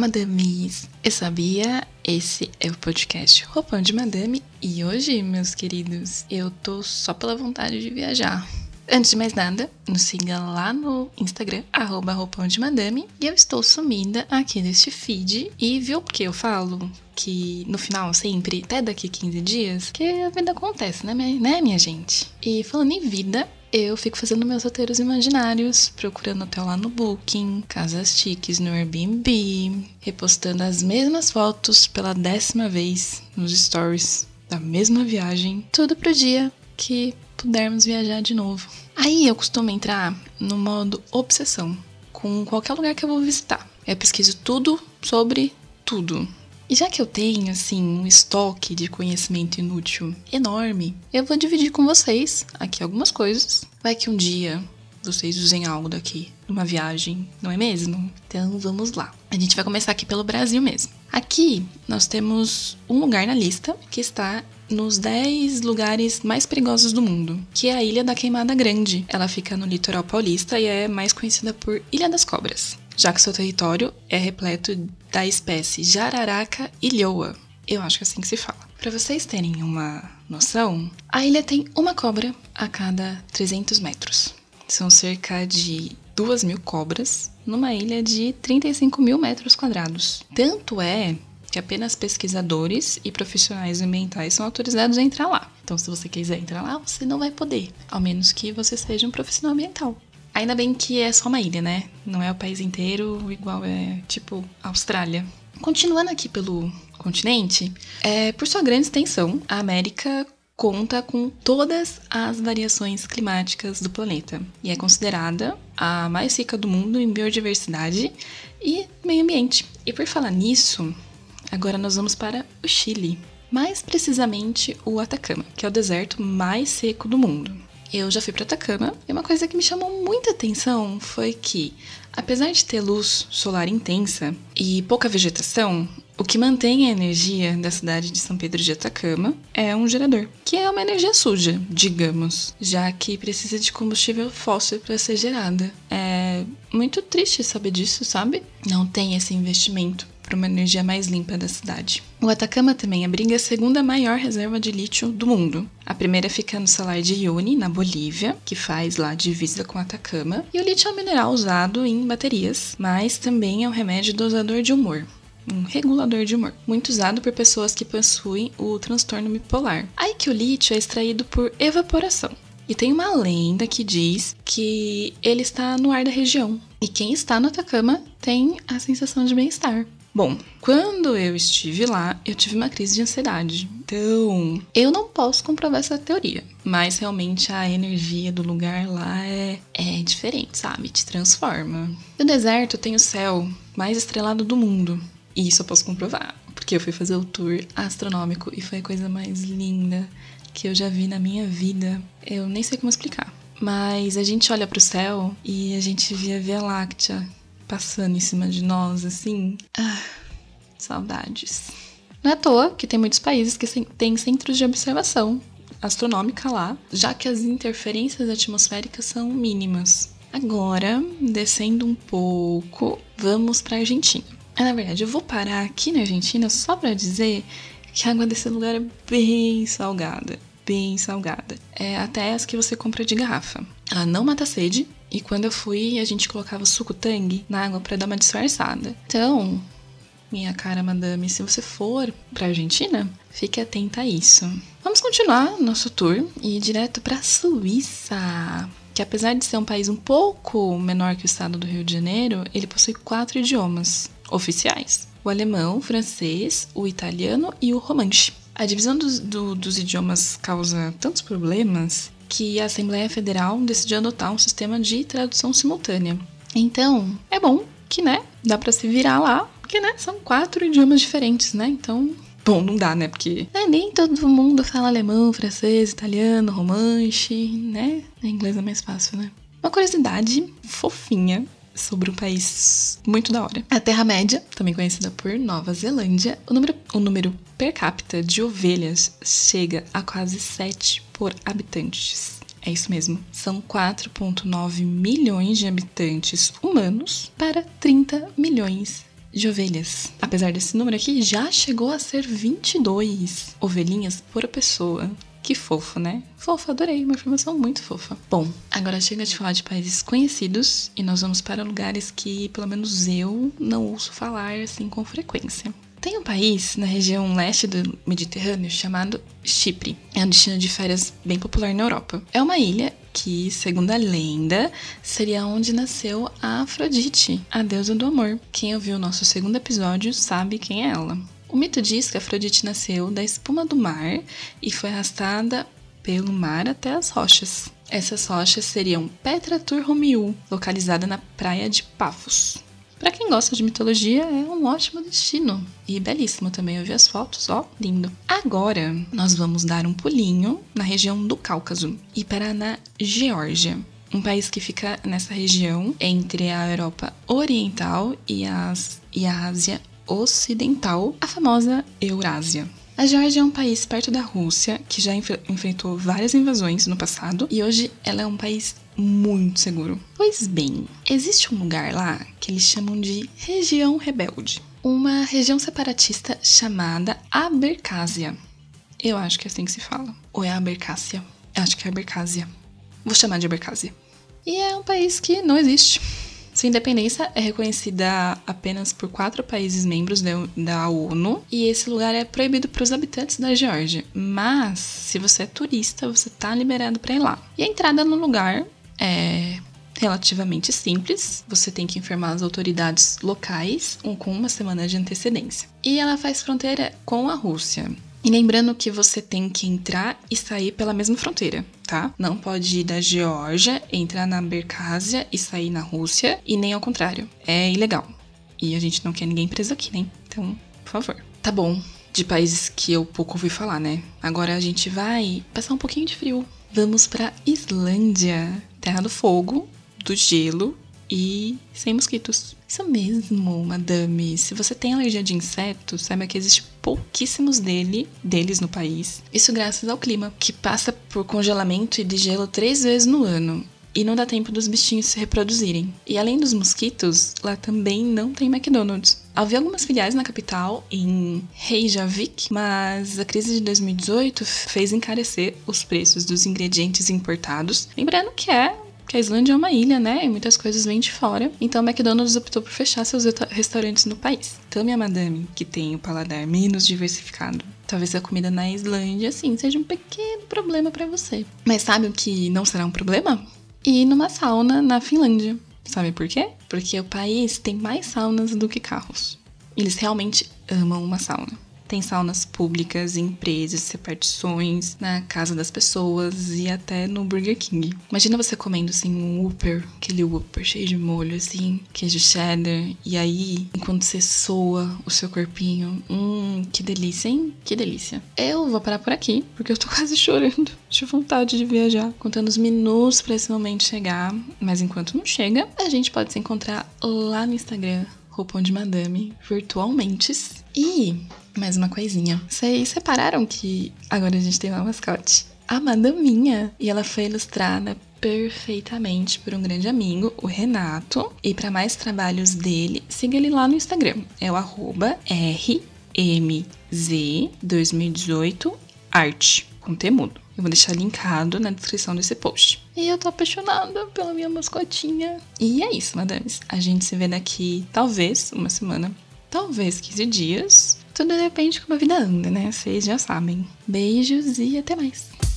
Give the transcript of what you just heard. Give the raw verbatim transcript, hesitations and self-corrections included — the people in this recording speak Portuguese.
madames! Eu sabia, esse é o podcast Roupão de Madame e hoje, meus queridos, eu tô só pela vontade de viajar. Antes de mais nada, nos siga lá no Instagram, arroba Roupão de Madame, e eu estou sumida aqui neste feed. E viu porque eu falo que no final sempre, até daqui quinze dias, que a vida acontece, né, né minha gente? E falando em vida, eu fico fazendo meus roteiros imaginários, procurando hotel lá no Booking, casas chiques no Airbnb, repostando as mesmas fotos pela décima vez nos stories da mesma viagem, tudo pro dia que pudermos viajar de novo. Aí eu costumo entrar no modo obsessão com qualquer lugar que eu vou visitar. Eu pesquiso tudo sobre tudo. E já que eu tenho, assim, um estoque de conhecimento inútil enorme, eu vou dividir com vocês aqui algumas coisas. Vai que um dia vocês usem algo daqui numa viagem, não é mesmo? Então vamos lá. A gente vai começar aqui pelo Brasil mesmo. Aqui nós temos um lugar na lista que está nos dez lugares mais perigosos do mundo, que é a Ilha da Queimada Grande. Ela fica no litoral paulista e é mais conhecida por Ilha das Cobras, já que seu território é repleto da espécie jararaca ilhoa. Eu acho que é assim que se fala. Para vocês terem uma noção, a ilha tem uma cobra a cada trezentos metros. São cerca de duas mil cobras numa ilha de trinta e cinco mil metros quadrados. Tanto é que apenas pesquisadores e profissionais ambientais são autorizados a entrar lá. Então, se você quiser entrar lá, você não vai poder, ao menos que você seja um profissional ambiental. Ainda bem que é só uma ilha, né? Não é o país inteiro, igual é, tipo, a Austrália. Continuando aqui pelo continente, é, por sua grande extensão, a América conta com todas as variações climáticas do planeta e é considerada a mais rica do mundo em biodiversidade e meio ambiente. E por falar nisso, agora nós vamos para o Chile, mais precisamente o Atacama, que é o deserto mais seco do mundo. Eu já fui para Atacama e uma coisa que me chamou muita atenção foi que, apesar de ter luz solar intensa e pouca vegetação, o que mantém a energia da cidade de São Pedro de Atacama é um gerador, que é uma energia suja, digamos, já que precisa de combustível fóssil para ser gerada. É muito triste saber disso, sabe? Não tem esse investimento para uma energia mais limpa da cidade. O Atacama também abriga a segunda maior reserva de lítio do mundo. A primeira fica no Salar de Uyuni, na Bolívia, que faz lá divisa com o Atacama. E o lítio é um mineral usado em baterias, mas também é um remédio dosador de humor. Um regulador de humor, muito usado por pessoas que possuem o transtorno bipolar. Aí que o lítio é extraído por evaporação. E tem uma lenda que diz que ele está no ar da região. E quem está no Atacama tem a sensação de bem-estar. Bom, quando eu estive lá, eu tive uma crise de ansiedade. Então, eu não posso comprovar essa teoria. Mas realmente a energia do lugar lá é, é diferente, sabe? Te transforma. O deserto tem o céu mais estrelado do mundo. E isso eu posso comprovar, porque eu fui fazer o tour astronômico e foi a coisa mais linda que eu já vi na minha vida. Eu nem sei como explicar. Mas a gente olha pro céu e a gente vê a Via Láctea passando em cima de nós, assim. Ah, saudades. Não é à toa que tem muitos países que têm centros de observação astronômica lá, já que as interferências atmosféricas são mínimas. Agora, descendo um pouco, vamos pra Argentina. Ah, na verdade, eu vou parar aqui na Argentina só pra dizer que a água desse lugar é bem salgada. Bem salgada. É até as que você compra de garrafa. Ela não mata a sede. E quando eu fui, a gente colocava suco Tang na água pra dar uma disfarçada. Então, minha cara madame, se você for pra Argentina, fique atenta a isso. Vamos continuar nosso tour e ir direto pra Suíça, que apesar de ser um país um pouco menor que o estado do Rio de Janeiro, ele possui quatro idiomas oficiais: o alemão, o francês, o italiano e o romanche. A divisão dos, do, dos idiomas causa tantos problemas que a Assembleia Federal decidiu adotar um sistema de tradução simultânea. Então, é bom que, né, dá pra se virar lá, porque, né, são quatro idiomas diferentes, né, então... Bom, não dá, né, porque né, nem todo mundo fala alemão, francês, italiano, romanche, né, em inglês é mais fácil, né. Uma curiosidade fofinha sobre um país muito da hora. A Terra-média, também conhecida por Nova Zelândia, o número, o número per capita de ovelhas chega a quase sete por habitantes. É isso mesmo. São quatro vírgula nove milhões de habitantes humanos para trinta milhões de ovelhas. Apesar desse número aqui, já chegou a ser vinte e dois ovelhinhas por pessoa. Que fofo, né? Fofo, adorei, uma informação muito fofa. Bom, agora chega de falar de países conhecidos e nós vamos para lugares que, pelo menos eu, não ouço falar assim com frequência. Tem um país na região leste do Mediterrâneo chamado Chipre. É um destino de férias bem popular na Europa. É uma ilha que, segundo a lenda, seria onde nasceu a Afrodite, a deusa do amor. Quem ouviu o nosso segundo episódio sabe quem é ela. O mito diz que Afrodite nasceu da espuma do mar e foi arrastada pelo mar até as rochas. Essas rochas seriam Petra Turromiu, localizada na praia de Pafos. Para quem gosta de mitologia, é um ótimo destino. E belíssimo também, eu vi as fotos, ó, lindo. Agora, nós vamos dar um pulinho na região do Cáucaso e parar na Geórgia. Um país que fica nessa região entre a Europa Oriental e, as, e a Ásia Ocidental, a famosa Eurásia. A Geórgia é um país perto da Rússia que já enf- enfrentou várias invasões no passado e hoje ela é um país muito seguro. Pois bem, existe um lugar lá que eles chamam de região rebelde, uma região separatista chamada Abkhazia. Eu acho que é assim que se fala. Ou é Abkhazia? Eu acho que é Abkhazia. Vou chamar de Abkhazia. E é um país que não existe. Sua independência é reconhecida apenas por quatro países membros da ONU e esse lugar é proibido para os habitantes da Geórgia. Mas, se você é turista, você está liberado para ir lá. E a entrada no lugar é relativamente simples. Você tem que informar as autoridades locais com uma semana de antecedência. E ela faz fronteira com a Rússia. E lembrando que você tem que entrar e sair pela mesma fronteira, tá? Não pode ir da Geórgia, entrar na Abkhazia e sair na Rússia, e nem ao contrário. É ilegal. E a gente não quer ninguém preso aqui, né? Então, por favor. Tá bom, de países que eu pouco ouvi falar, né? Agora a gente vai passar um pouquinho de frio. Vamos pra Islândia, terra do fogo, do gelo e sem mosquitos. Isso mesmo, madame. Se você tem alergia de insetos, saiba que existe pouquíssimos dele, deles no país. Isso graças ao clima, que passa por congelamento e de gelo três vezes no ano. E não dá tempo dos bichinhos se reproduzirem. E além dos mosquitos, lá também não tem McDonald's. Havia algumas filiais na capital, em Reykjavik, mas a crise de dois mil e dezoito fez encarecer os preços dos ingredientes importados. Lembrando que é que a Islândia é uma ilha, né? E muitas coisas vêm de fora. Então, o McDonald's optou por fechar seus restaurantes no país. Então, minha madame, que tem o paladar menos diversificado, talvez a comida na Islândia, assim, seja um pequeno problema pra você. Mas sabe o que não será um problema? Ir numa sauna na Finlândia. Sabe por quê? Porque o país tem mais saunas do que carros. Eles realmente amam uma sauna. Tem saunas públicas, empresas, repartições, na casa das pessoas e até no Burger King. Imagina você comendo, assim, um Whopper, aquele Whopper cheio de molho, assim, queijo cheddar. E aí, enquanto você soa o seu corpinho, hum, que delícia, hein? Que delícia. Eu vou parar por aqui, porque eu tô quase chorando de vontade de viajar. Contando os minutos pra esse momento chegar. Mas enquanto não chega, a gente pode se encontrar lá no Instagram, Roupão de Madame, virtualmente. E mais uma coisinha. Vocês separaram que agora a gente tem uma mascote? A Madaminha. E ela foi ilustrada perfeitamente por um grande amigo, o Renato. E para mais trabalhos dele, siga ele lá no Instagram. É o arroba R M Z dois mil e dezoito arte, com temudo. Eu vou deixar linkado na descrição desse post. E eu tô apaixonada pela minha mascotinha. E é isso, madames. A gente se vê daqui, talvez, uma semana. Talvez quinze dias. Tudo depende de como a vida anda, né? Vocês já sabem. Beijos e até mais.